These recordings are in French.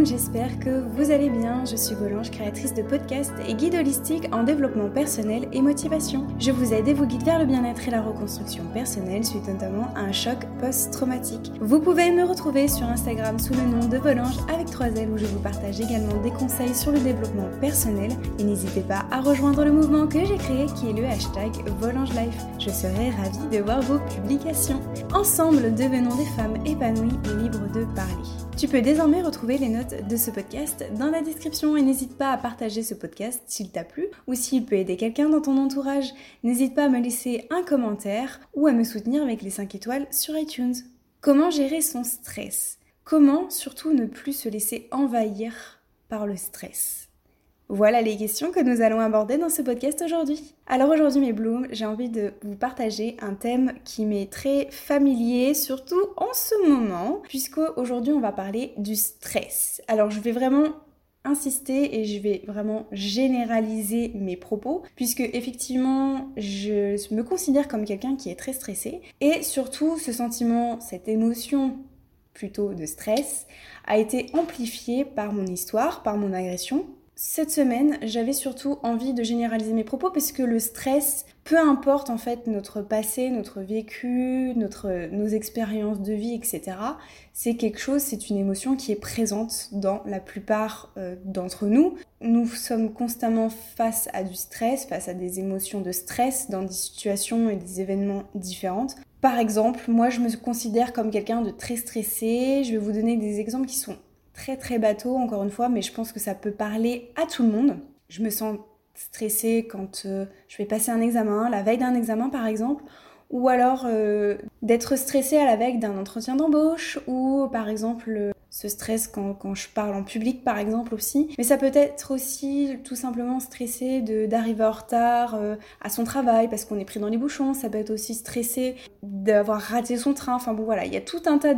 Shalom, j'espère que vous allez bien. Je suis Volange, créatrice de podcasts et guide holistique en développement personnel et motivation. Je vous aide et vous guide vers le bien-être et la reconstruction personnelle suite notamment à un choc post-traumatique. Vous pouvez me retrouver sur Instagram sous le nom de Volange avec 3 L où je vous partage également des conseils sur le développement personnel et n'hésitez pas à rejoindre le mouvement que j'ai créé qui est le hashtag VolangeLife. Je serai ravie de voir vos publications. Ensemble, devenons des femmes épanouies et libres de parler. Tu peux désormais retrouver les notes de ce podcast dans la description et n'hésite pas à partager ce podcast s'il t'a plu ou s'il peut aider quelqu'un dans ton entourage. N'hésite pas à me laisser un commentaire ou à me soutenir avec les 5 étoiles sur iTunes. Comment gérer son stress ? Comment surtout ne plus se laisser envahir par le stress ? Voilà les questions que nous allons aborder dans ce podcast aujourd'hui. Alors aujourd'hui mes blooms, j'ai envie de vous partager un thème qui m'est très familier, surtout en ce moment, puisque aujourd'hui on va parler du stress. Alors je vais vraiment insister et je vais vraiment généraliser mes propos, puisque effectivement je me considère comme quelqu'un qui est très stressé, et surtout ce sentiment, cette émotion plutôt de stress, a été amplifié par mon histoire, par mon agression. Cette semaine, j'avais surtout envie de généraliser mes propos parce que le stress, peu importe en fait notre passé, notre vécu, nos expériences de vie, etc. C'est quelque chose, c'est une émotion qui est présente dans la plupart d'entre nous. Nous sommes constamment face à du stress, face à des émotions de stress dans des situations et des événements différentes. Par exemple, moi je me considère comme quelqu'un de très stressé. Je vais vous donner des exemples qui sont très bateau encore une fois, mais je pense que ça peut parler à tout le monde. Je me sens stressée quand je vais passer un examen, la veille d'un examen par exemple, ou alors d'être stressée à la veille d'un entretien d'embauche, ou par exemple ce stress quand je parle en public par exemple aussi. Mais ça peut être aussi tout simplement stressé d'arriver en retard à son travail parce qu'on est pris dans les bouchons. Ça peut être aussi stressé d'avoir raté son train. Enfin bon voilà, il y a tout un tas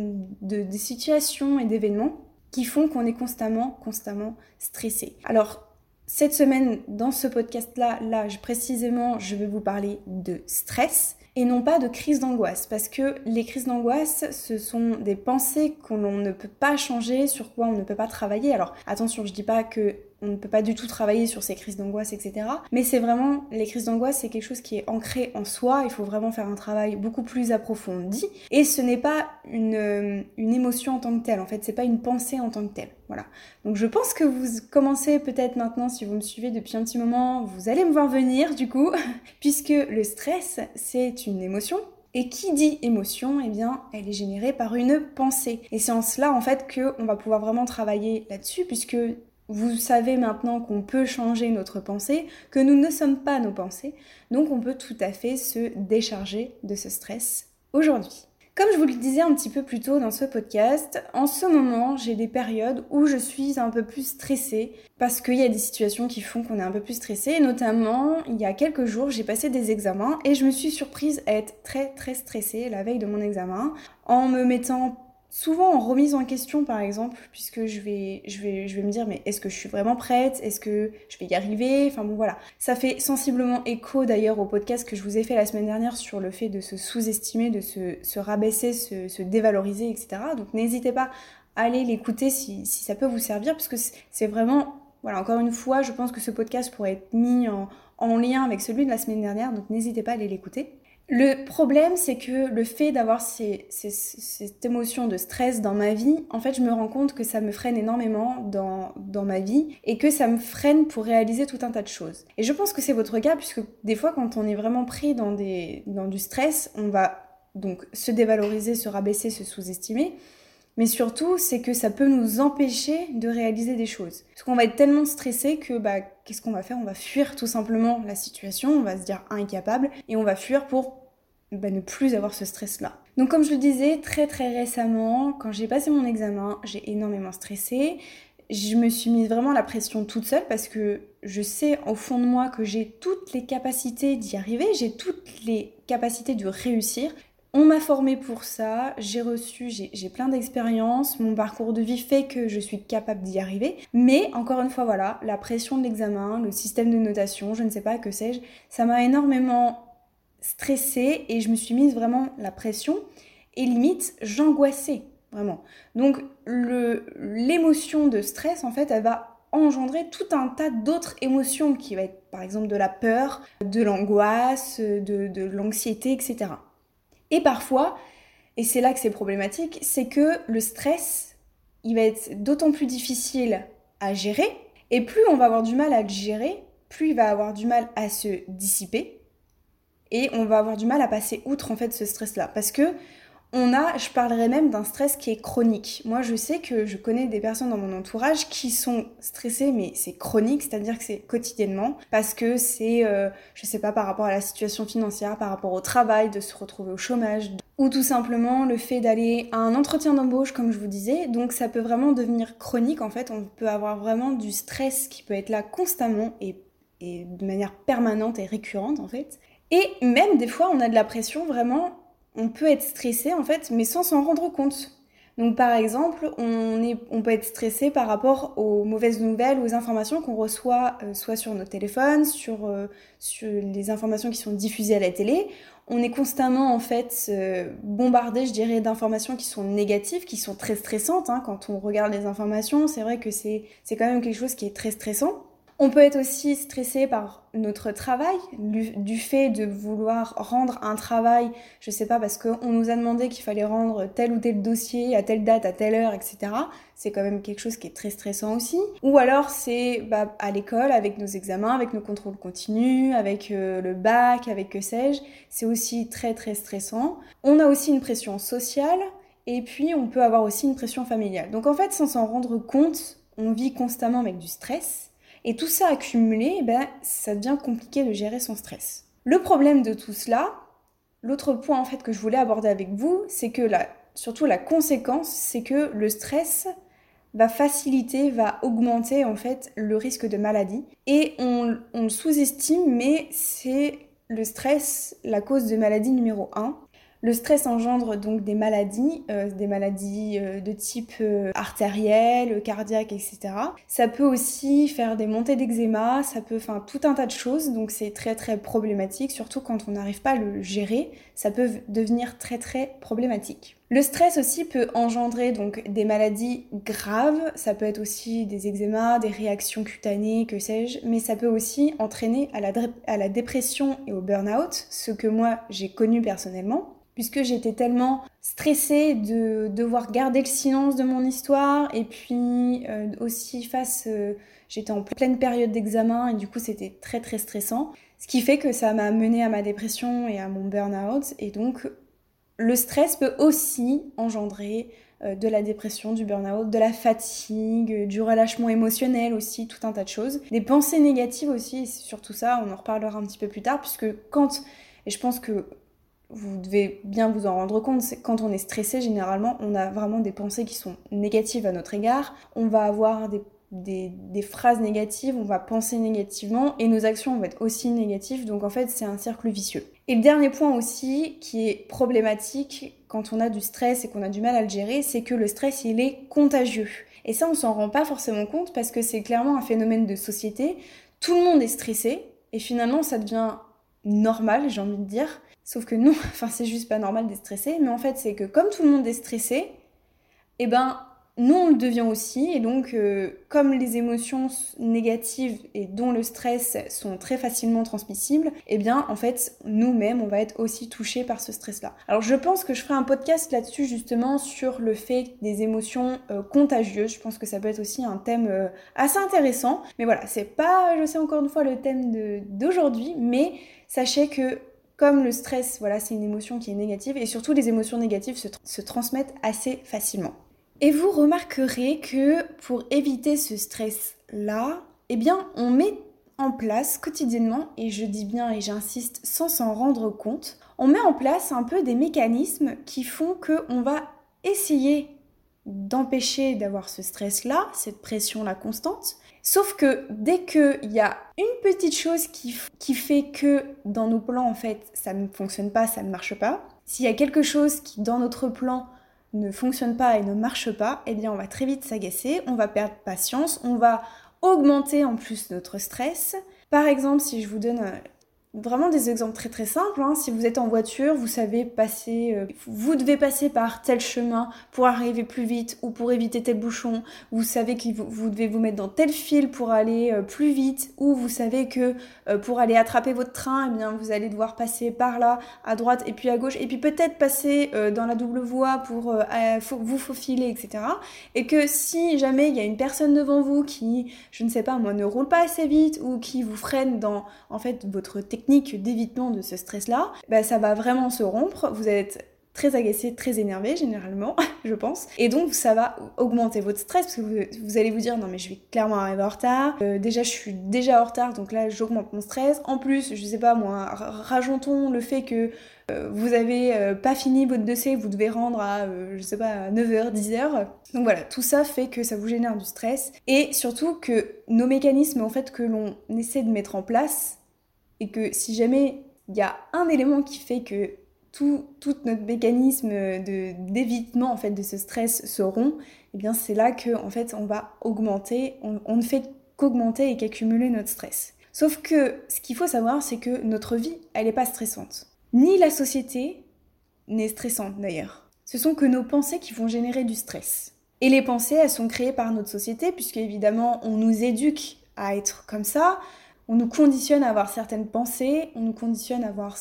de situations et d'événements qui font qu'on est constamment stressé. Alors, cette semaine, dans ce podcast-là, précisément, je vais vous parler de stress et non pas de crise d'angoisse, parce que les crises d'angoisse, ce sont des pensées qu'on ne peut pas changer, sur quoi on ne peut pas travailler. Alors, attention, je dis pas que on ne peut pas du tout travailler sur ces crises d'angoisse, etc. Mais c'est vraiment, les crises d'angoisse, c'est quelque chose qui est ancré en soi. Il faut vraiment faire un travail beaucoup plus approfondi. Et ce n'est pas une émotion en tant que telle. En fait, c'est pas une pensée en tant que telle. Voilà. Donc je pense que vous commencez peut-être maintenant, si vous me suivez depuis un petit moment, vous allez me voir venir du coup, puisque le stress, c'est une émotion. Et qui dit émotion, eh bien, elle est générée par une pensée. Et c'est en cela, en fait, qu'on va pouvoir vraiment travailler là-dessus, puisque vous savez maintenant qu'on peut changer notre pensée, que nous ne sommes pas nos pensées, donc on peut tout à fait se décharger de ce stress aujourd'hui. Comme je vous le disais un petit peu plus tôt dans ce podcast, en ce moment, j'ai des périodes où je suis un peu plus stressée parce qu'il y a des situations qui font qu'on est un peu plus stressé. Et notamment, il y a quelques jours, j'ai passé des examens et je me suis surprise à être très stressée la veille de mon examen en me mettant souvent en remise en question par exemple, puisque je vais me dire mais est-ce que je suis vraiment prête ? Est-ce que je vais y arriver ? Enfin bon voilà. Ça fait sensiblement écho d'ailleurs au podcast que je vous ai fait la semaine dernière sur le fait de se sous-estimer, de se rabaisser, se dévaloriser, etc. Donc n'hésitez pas à aller l'écouter si ça peut vous servir, parce que c'est vraiment, voilà, encore une fois, je pense que ce podcast pourrait être mis en lien avec celui de la semaine dernière, donc n'hésitez pas à aller l'écouter. Le problème, c'est que le fait d'avoir cette émotion de stress dans ma vie, en fait, je me rends compte que ça me freine énormément dans ma vie et que ça me freine pour réaliser tout un tas de choses. Et je pense que c'est votre cas, puisque des fois, quand on est vraiment pris dans du stress, on va donc se dévaloriser, se rabaisser, se sous-estimer. Mais surtout, c'est que ça peut nous empêcher de réaliser des choses. Parce qu'on va être tellement stressé que, qu'est-ce qu'on va faire ? On va fuir tout simplement la situation, on va se dire incapable, et on va fuir pour ne plus avoir ce stress-là. Donc comme je le disais, très récemment, quand j'ai passé mon examen, j'ai énormément stressé. Je me suis mise vraiment la pression toute seule parce que je sais au fond de moi que j'ai toutes les capacités d'y arriver, j'ai toutes les capacités de réussir. On m'a formée pour ça, j'ai plein d'expériences, mon parcours de vie fait que je suis capable d'y arriver. Mais encore une fois, voilà, la pression de l'examen, le système de notation, je ne sais pas, que sais-je, ça m'a énormément stressée et je me suis mise vraiment la pression et limite, j'angoissais. vraiment. Donc l'émotion de stress, en fait, elle va engendrer tout un tas d'autres émotions qui va être par exemple de la peur, de l'angoisse, de l'anxiété, etc. Et parfois, et c'est là que c'est problématique, c'est que le stress, il va être d'autant plus difficile à gérer, et plus on va avoir du mal à le gérer, plus il va avoir du mal à se dissiper, et on va avoir du mal à passer outre en fait ce stress-là. Parce que je parlerais même d'un stress qui est chronique. Moi, je sais que je connais des personnes dans mon entourage qui sont stressées, mais c'est chronique, c'est-à-dire que c'est quotidiennement, parce que c'est, je sais pas, par rapport à la situation financière, par rapport au travail, de se retrouver au chômage, ou tout simplement le fait d'aller à un entretien d'embauche, comme je vous disais. Donc ça peut vraiment devenir chronique, en fait. On peut avoir vraiment du stress qui peut être là constamment et de manière permanente et récurrente, en fait. Et même, des fois, on a de la pression, vraiment. On peut être stressé en fait, mais sans s'en rendre compte. Donc par exemple, on peut être stressé par rapport aux mauvaises nouvelles, aux informations qu'on reçoit soit sur nos téléphones, sur les informations qui sont diffusées à la télé. On est constamment en fait bombardé, je dirais, d'informations qui sont négatives, qui sont très stressantes. Quand on regarde les informations, c'est vrai que c'est quand même quelque chose qui est très stressant. On peut être aussi stressé par notre travail, du fait de vouloir rendre un travail, je sais pas, parce qu'on nous a demandé qu'il fallait rendre tel ou tel dossier à telle date, à telle heure, etc. C'est quand même quelque chose qui est très stressant aussi. Ou alors c'est à l'école, avec nos examens, avec nos contrôles continus, avec le bac, avec que sais-je. C'est aussi très très stressant. On a aussi une pression sociale, et puis on peut avoir aussi une pression familiale. Donc en fait, sans s'en rendre compte, on vit constamment avec du stress. Et tout ça accumulé, ça devient compliqué de gérer son stress. Le problème de tout cela, l'autre point en fait que je voulais aborder avec vous, c'est que surtout la conséquence, c'est que le stress va faciliter, va augmenter en fait le risque de maladie. Et on le sous-estime, mais c'est le stress la cause de maladie numéro 1. Le stress engendre donc des maladies de type artériel, cardiaque, etc. Ça peut aussi faire des montées d'eczéma, tout un tas de choses, donc c'est très très problématique, surtout quand on n'arrive pas à le gérer, ça peut devenir très très problématique. Le stress aussi peut engendrer donc des maladies graves, ça peut être aussi des eczémas, des réactions cutanées, que sais-je, mais ça peut aussi entraîner à la dépression et au burn-out, ce que moi j'ai connu personnellement. Puisque j'étais tellement stressée de devoir garder le silence de mon histoire, et puis aussi j'étais en pleine période d'examen, et du coup c'était très très stressant, ce qui fait que ça m'a menée à ma dépression et à mon burn-out, et donc le stress peut aussi engendrer de la dépression, du burn-out, de la fatigue, du relâchement émotionnel aussi, tout un tas de choses. Des pensées négatives aussi, et surtout ça, on en reparlera un petit peu plus tard, puisque et je pense que vous devez bien vous en rendre compte, c'est quand on est stressé, généralement, on a vraiment des pensées qui sont négatives à notre égard. On va avoir des phrases négatives, on va penser négativement et nos actions vont être aussi négatives. Donc en fait, c'est un cercle vicieux. Et le dernier point aussi qui est problématique quand on a du stress et qu'on a du mal à le gérer, c'est que le stress, il est contagieux. Et ça, on s'en rend pas forcément compte parce que c'est clairement un phénomène de société. Tout le monde est stressé et finalement, ça devient normal, j'ai envie de dire. Sauf que non, c'est juste pas normal d'être stressé, mais en fait c'est que comme tout le monde est stressé, nous on le devient aussi, et donc comme les émotions négatives et dont le stress sont très facilement transmissibles, en fait nous-mêmes on va être aussi touchés par ce stress-là. Alors je pense que je ferai un podcast là-dessus justement sur le fait des émotions contagieuses, je pense que ça peut être aussi un thème assez intéressant, mais voilà, c'est pas, je sais encore une fois, le thème d'aujourd'hui, mais sachez que comme le stress, voilà, c'est une émotion qui est négative, et surtout les émotions négatives se transmettent assez facilement. Et vous remarquerez que pour éviter ce stress-là, on met en place quotidiennement, et je dis bien et j'insiste sans s'en rendre compte, on met en place un peu des mécanismes qui font qu'on va essayer d'empêcher d'avoir ce stress-là, cette pression-là constante. Sauf que dès qu'il y a une petite chose qui fait que dans nos plans, en fait, ça ne fonctionne pas, ça ne marche pas, s'il y a quelque chose qui, dans notre plan, ne fonctionne pas et ne marche pas, on va très vite s'agacer, on va perdre patience, on va augmenter en plus notre stress. Par exemple, si je vous donne Vraiment des exemples très très simples, hein. Si vous êtes en voiture, vous savez vous devez passer par tel chemin pour arriver plus vite ou pour éviter tel bouchon. Vous savez que vous devez vous mettre dans tel fil pour aller plus vite, ou vous savez que pour aller attraper votre train, eh bien vous allez devoir passer par là, à droite et puis à gauche, et puis peut-être passer dans la double voie pour vous faufiler, etc. Et que si jamais il y a une personne devant vous qui, je ne sais pas moi, ne roule pas assez vite ou qui vous freine dans en fait votre technique d'évitement de ce stress-là, ça va vraiment se rompre. Vous êtes très agacé, très énervé généralement, je pense. Et donc ça va augmenter votre stress parce que vous allez vous dire non mais je vais clairement arriver en retard. Déjà je suis déjà en retard donc là j'augmente mon stress. En plus, je sais pas moi, rajoutons le fait que vous avez pas fini votre dossier, vous devez rendre à, je sais pas, à 9h, 10h. Donc voilà, tout ça fait que ça vous génère du stress. Et surtout que nos mécanismes en fait que l'on essaie de mettre en place, et que si jamais il y a un élément qui fait que tout notre mécanisme d'évitement en fait de ce stress se rompt, eh bien c'est là que en fait on va augmenter, on ne fait qu'augmenter et qu'accumuler notre stress. Sauf que ce qu'il faut savoir, c'est que notre vie, elle n'est pas stressante. Ni la société n'est stressante d'ailleurs. Ce sont que nos pensées qui vont générer du stress. Et les pensées, elles sont créées par notre société, puisque évidemment on nous éduque à être comme ça. On nous conditionne à avoir certaines pensées, on nous conditionne à avoir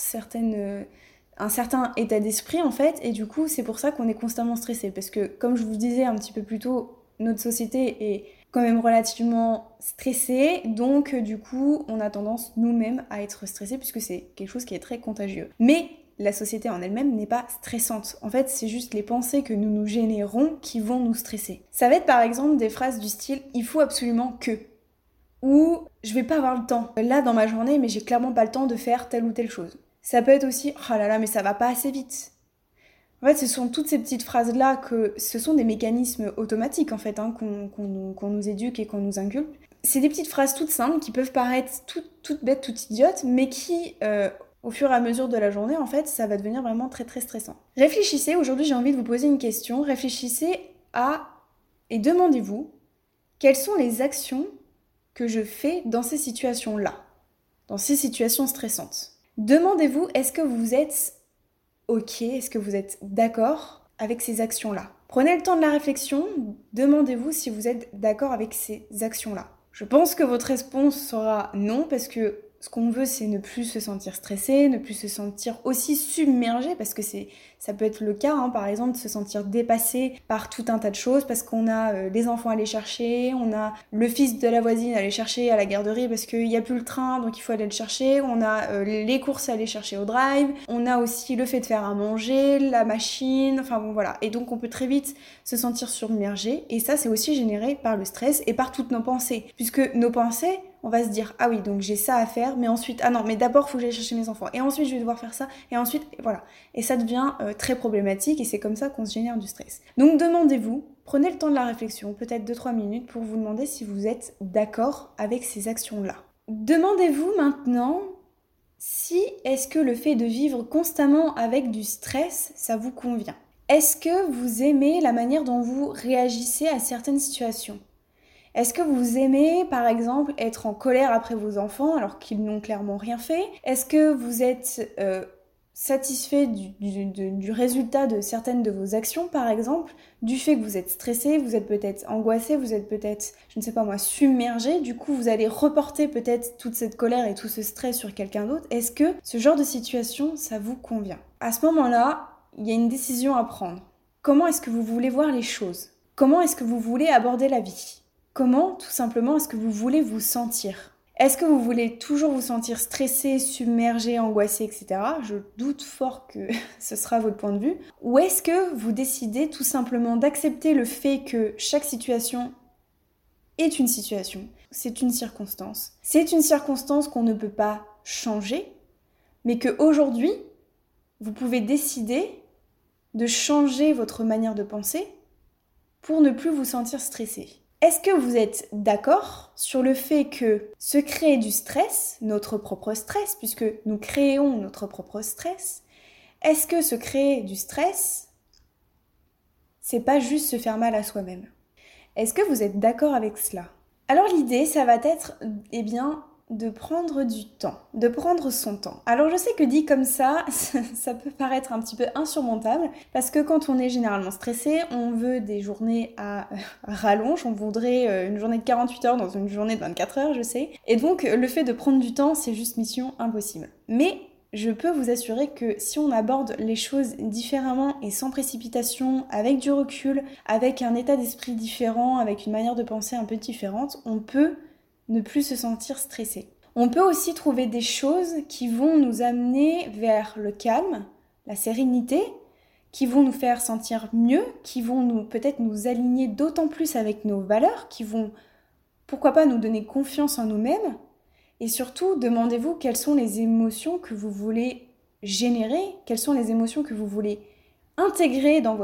un certain état d'esprit en fait, et du coup c'est pour ça qu'on est constamment stressé, parce que comme je vous disais un petit peu plus tôt, notre société est quand même relativement stressée, donc du coup on a tendance nous-mêmes à être stressés, puisque c'est quelque chose qui est très contagieux. Mais la société en elle-même n'est pas stressante. En fait, c'est juste les pensées que nous nous générons qui vont nous stresser. Ça va être par exemple des phrases du style « il faut absolument que ». Ou je vais pas avoir le temps. Là, dans ma journée, mais j'ai clairement pas le temps de faire telle ou telle chose. Ça peut être aussi, oh là là, mais ça va pas assez vite. En fait, ce sont toutes ces petites phrases-là ce sont des mécanismes automatiques, en fait, hein, qu'on nous éduque et qu'on nous inculque. C'est des petites phrases toutes simples qui peuvent paraître toutes bêtes, toutes idiotes, mais qui, au fur et à mesure de la journée, en fait, ça va devenir vraiment très très stressant. Réfléchissez, aujourd'hui j'ai envie de vous poser une question, réfléchissez et demandez-vous quelles sont les actions que je fais dans ces situations-là, dans ces situations stressantes. Demandez-vous, est-ce que vous êtes OK, est-ce que vous êtes d'accord avec ces actions-là? Prenez le temps de la réflexion, demandez-vous si vous êtes d'accord avec ces actions-là. Je pense que votre réponse sera non, parce que ce qu'on veut, c'est ne plus se sentir stressé, ne plus se sentir aussi submergé, parce que ça peut être le cas, hein, par exemple, de se sentir dépassé par tout un tas de choses, parce qu'on a les enfants à aller chercher, on a le fils de la voisine à aller chercher à la garderie parce qu'il n'y a plus le train, donc il faut aller le chercher, on a les courses à aller chercher au drive, on a aussi le fait de faire à manger, la machine, enfin bon voilà. Et donc on peut très vite se sentir submergé, et ça c'est aussi généré par le stress et par toutes nos pensées, puisque nos pensées, on va se dire, ah oui, donc j'ai ça à faire, mais ensuite, ah non, mais d'abord, il faut que j'aille chercher mes enfants, et ensuite, je vais devoir faire ça, et ensuite, voilà. Et ça devient très problématique, et c'est comme ça qu'on se génère du stress. Donc, demandez-vous, prenez le temps de la réflexion, peut-être 2-3 minutes, pour vous demander si vous êtes d'accord avec ces actions-là. Demandez-vous maintenant si est-ce que le fait de vivre constamment avec du stress, ça vous convient. Est-ce que vous aimez la manière dont vous réagissez à certaines situations ? Est-ce que vous aimez, par exemple, être en colère après vos enfants alors qu'ils n'ont clairement rien fait ? Est-ce que vous êtes satisfait du résultat de certaines de vos actions, par exemple, du fait que vous êtes stressé, vous êtes peut-être angoissé, vous êtes peut-être, je ne sais pas moi, submergé, du coup vous allez reporter peut-être toute cette colère et tout ce stress sur quelqu'un d'autre. Est-ce que ce genre de situation, ça vous convient ? À ce moment-là, il y a une décision à prendre. Comment est-ce que vous voulez voir les choses ? Comment est-ce que vous voulez aborder la vie ? Comment, tout simplement, est-ce que vous voulez vous sentir ? Est-ce que vous voulez toujours vous sentir stressé, submergé, angoissé, etc. ? Je doute fort que ce sera votre point de vue. Ou est-ce que vous décidez tout simplement d'accepter le fait que chaque situation est une situation, c'est une circonstance. C'est une circonstance qu'on ne peut pas changer, mais qu'aujourd'hui, vous pouvez décider de changer votre manière de penser pour ne plus vous sentir stressé. Est-ce que vous êtes d'accord sur le fait que se créer du stress, notre propre stress, puisque nous créons notre propre stress, est-ce que se créer du stress, c'est pas juste se faire mal à soi-même ? Est-ce que vous êtes d'accord avec cela ? Alors l'idée, ça va être, de prendre du temps, de prendre son temps. Alors je sais que dit comme ça, ça peut paraître un petit peu insurmontable, parce que quand on est généralement stressé, on veut des journées à rallonge, on voudrait une journée de 48 heures dans une journée de 24 heures, je sais. Et donc le fait de prendre du temps, c'est juste mission impossible. Mais je peux vous assurer que si on aborde les choses différemment et sans précipitation, avec du recul, avec un état d'esprit différent, avec une manière de penser un peu différente, on peut ne plus se sentir stressé. On peut aussi trouver des choses qui vont nous amener vers le calme, la sérénité, qui vont nous faire sentir mieux, qui vont peut-être nous aligner d'autant plus avec nos valeurs, qui vont, pourquoi pas, nous donner confiance en nous-mêmes. Et surtout, demandez-vous quelles sont les émotions que vous voulez générer, quelles sont les émotions que vous voulez intégrer dans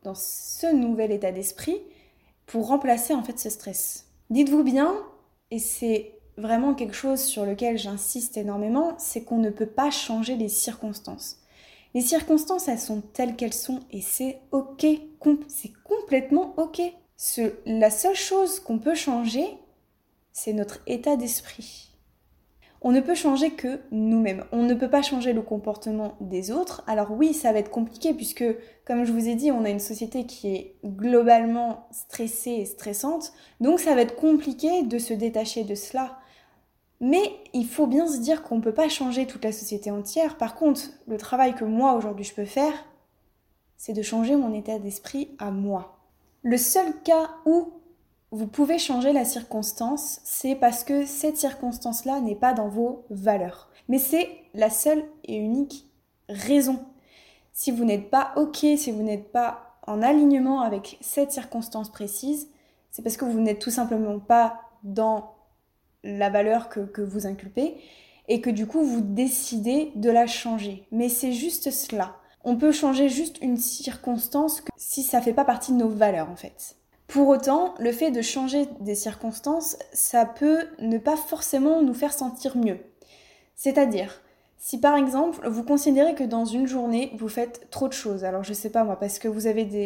ce nouvel état d'esprit pour remplacer en fait ce stress. Dites-vous bien, et c'est vraiment quelque chose sur lequel j'insiste énormément, c'est qu'on ne peut pas changer les circonstances. Les circonstances, elles sont telles qu'elles sont et c'est ok, c'est complètement ok. La seule chose qu'on peut changer, c'est notre état d'esprit. On ne peut changer que nous-mêmes. On ne peut pas changer le comportement des autres. Alors oui, ça va être compliqué puisque, comme je vous ai dit, on a une société qui est globalement stressée et stressante. Donc ça va être compliqué de se détacher de cela. Mais il faut bien se dire qu'on ne peut pas changer toute la société entière. Par contre, le travail que moi, aujourd'hui, je peux faire, c'est de changer mon état d'esprit à moi. Le seul cas où vous pouvez changer la circonstance, c'est parce que cette circonstance-là n'est pas dans vos valeurs. Mais c'est la seule et unique raison. Si vous n'êtes pas ok, si vous n'êtes pas en alignement avec cette circonstance précise, c'est parce que vous n'êtes tout simplement pas dans la valeur que vous inculpez et que du coup vous décidez de la changer. Mais c'est juste cela. On peut changer juste une circonstance si ça ne fait pas partie de nos valeurs en fait. Pour autant, le fait de changer des circonstances, ça peut ne pas forcément nous faire sentir mieux. C'est-à-dire, si par exemple, vous considérez que dans une journée, vous faites trop de choses, alors je sais pas moi, parce que vous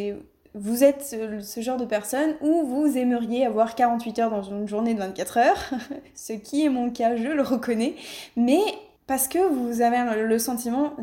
êtes ce genre de personne où vous aimeriez avoir 48 heures dans une journée de 24 heures, ce qui est mon cas, je le reconnais, mais parce que vous avez le sentiment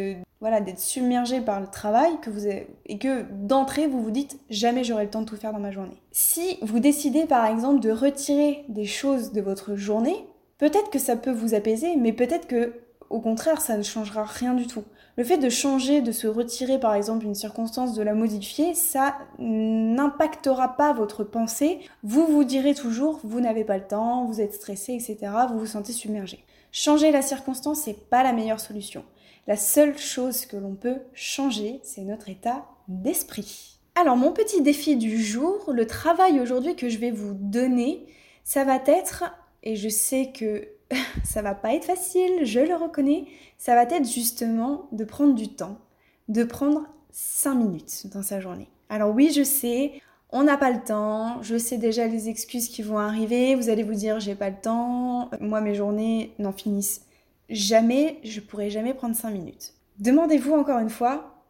d'être submergé par le travail et que d'entrée vous vous dites jamais j'aurai le temps de tout faire dans ma journée. Si vous décidez par exemple de retirer des choses de votre journée, peut-être que ça peut vous apaiser, mais peut-être que au contraire ça ne changera rien du tout. Le fait de changer, de se retirer par exemple une circonstance, de la modifier, ça n'impactera pas votre pensée. Vous vous direz toujours vous n'avez pas le temps, vous êtes stressé, etc. Vous vous sentez submergé. Changer la circonstance, c'est pas la meilleure solution. La seule chose que l'on peut changer, c'est notre état d'esprit. Alors, mon petit défi du jour, le travail aujourd'hui que je vais vous donner, ça va être, et je sais que ça va pas être facile, je le reconnais, ça va être justement de prendre du temps, de prendre 5 minutes dans sa journée. Alors oui, je sais, on n'a pas le temps, je sais déjà les excuses qui vont arriver, vous allez vous dire j'ai pas le temps, moi mes journées n'en finissent jamais, je pourrai jamais prendre 5 minutes. Demandez-vous encore une fois,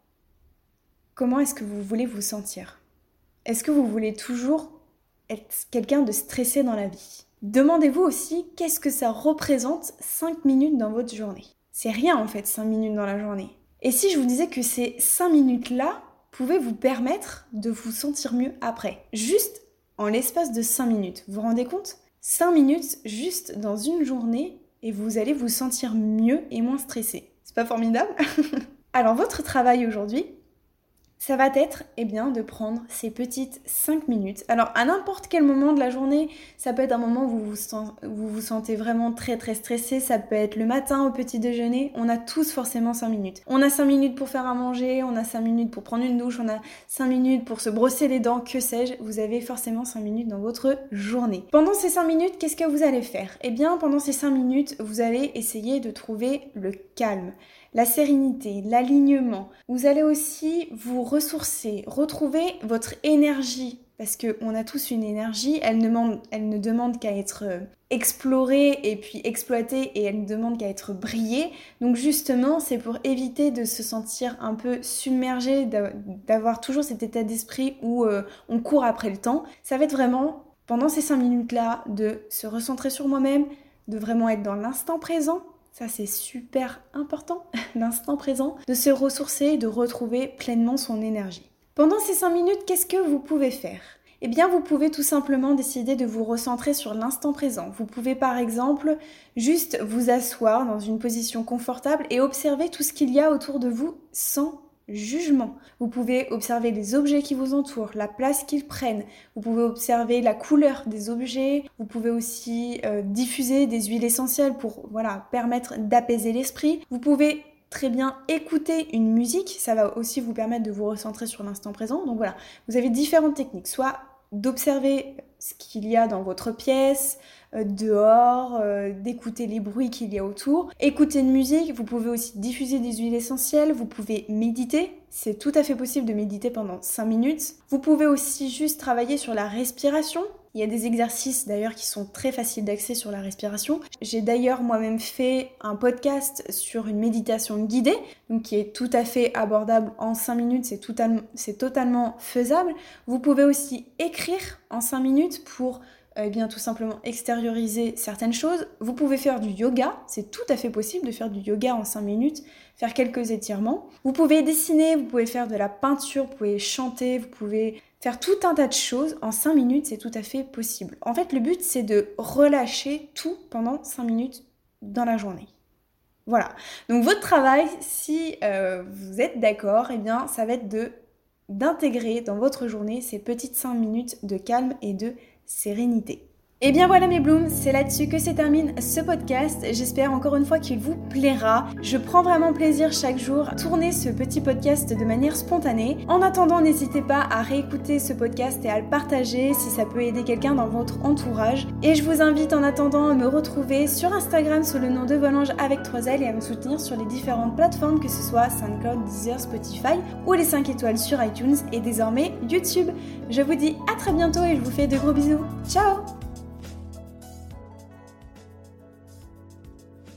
comment est-ce que vous voulez vous sentir ? Est-ce que vous voulez toujours être quelqu'un de stressé dans la vie ? Demandez-vous aussi qu'est-ce que ça représente 5 minutes dans votre journée. C'est rien en fait 5 minutes dans la journée. Et si je vous disais que ces 5 minutes-là pouvaient vous permettre de vous sentir mieux après, juste en l'espace de 5 minutes, vous vous rendez compte ? 5 minutes juste dans une journée et vous allez vous sentir mieux et moins stressé. C'est pas formidable ? Alors votre travail aujourd'hui, ça va être de prendre ces petites 5 minutes. Alors à n'importe quel moment de la journée, ça peut être un moment où vous vous sentez vraiment très très stressé, ça peut être le matin au petit déjeuner, on a tous forcément 5 minutes. On a 5 minutes pour faire à manger, on a 5 minutes pour prendre une douche, on a 5 minutes pour se brosser les dents, que sais-je, vous avez forcément 5 minutes dans votre journée. Pendant ces 5 minutes, qu'est-ce que vous allez faire ? Pendant ces 5 minutes, vous allez essayer de trouver le calme, la sérénité, l'alignement. Vous allez aussi vous ressourcer, retrouver votre énergie, parce qu'on a tous une énergie, elle ne demande qu'à être explorée et puis exploitée, et elle ne demande qu'à être brillée. Donc justement, c'est pour éviter de se sentir un peu submergé, d'avoir toujours cet état d'esprit où on court après le temps. Ça va être vraiment, pendant ces 5 minutes-là, de se recentrer sur moi-même, de vraiment être dans l'instant présent. Ça, c'est super important, l'instant présent, de se ressourcer et de retrouver pleinement son énergie. Pendant ces 5 minutes, qu'est-ce que vous pouvez faire ? Eh bien, vous pouvez tout simplement décider de vous recentrer sur l'instant présent. Vous pouvez par exemple juste vous asseoir dans une position confortable et observer tout ce qu'il y a autour de vous sans jugement. Vous pouvez observer les objets qui vous entourent, la place qu'ils prennent. Vous pouvez observer la couleur des objets. Vous pouvez aussi diffuser des huiles essentielles pour permettre d'apaiser l'esprit. Vous pouvez très bien écouter une musique. Ça va aussi vous permettre de vous recentrer sur l'instant présent. Donc voilà, vous avez différentes techniques. Soit d'observer ce qu'il y a dans votre pièce, dehors, d'écouter les bruits qu'il y a autour. Écouter une musique, vous pouvez aussi diffuser des huiles essentielles, vous pouvez méditer, c'est tout à fait possible de méditer pendant 5 minutes. Vous pouvez aussi juste travailler sur la respiration. Il y a des exercices d'ailleurs qui sont très faciles d'accès sur la respiration. J'ai d'ailleurs moi-même fait un podcast sur une méditation guidée, donc qui est tout à fait abordable en 5 minutes, c'est totalement faisable. Vous pouvez aussi écrire en 5 minutes pour tout simplement extérioriser certaines choses. Vous pouvez faire du yoga, c'est tout à fait possible de faire du yoga en 5 minutes, faire quelques étirements. Vous pouvez dessiner, vous pouvez faire de la peinture, vous pouvez chanter, vous pouvez faire tout un tas de choses en 5 minutes, c'est tout à fait possible. En fait, le but, c'est de relâcher tout pendant 5 minutes dans la journée. Voilà. Donc, votre travail, si vous êtes d'accord, eh bien, ça va être d'intégrer dans votre journée ces petites 5 minutes de calme et de sérénité. Et bien voilà mes blooms, c'est là-dessus que se termine ce podcast. J'espère encore une fois qu'il vous plaira. Je prends vraiment plaisir chaque jour à tourner ce petit podcast de manière spontanée. En attendant, n'hésitez pas à réécouter ce podcast et à le partager si ça peut aider quelqu'un dans votre entourage. Et je vous invite en attendant à me retrouver sur Instagram sous le nom de Volange avec 3 L et à me soutenir sur les différentes plateformes, que ce soit SoundCloud, Deezer, Spotify ou les 5 étoiles sur iTunes et désormais YouTube. Je vous dis à très bientôt et je vous fais de gros bisous. Ciao!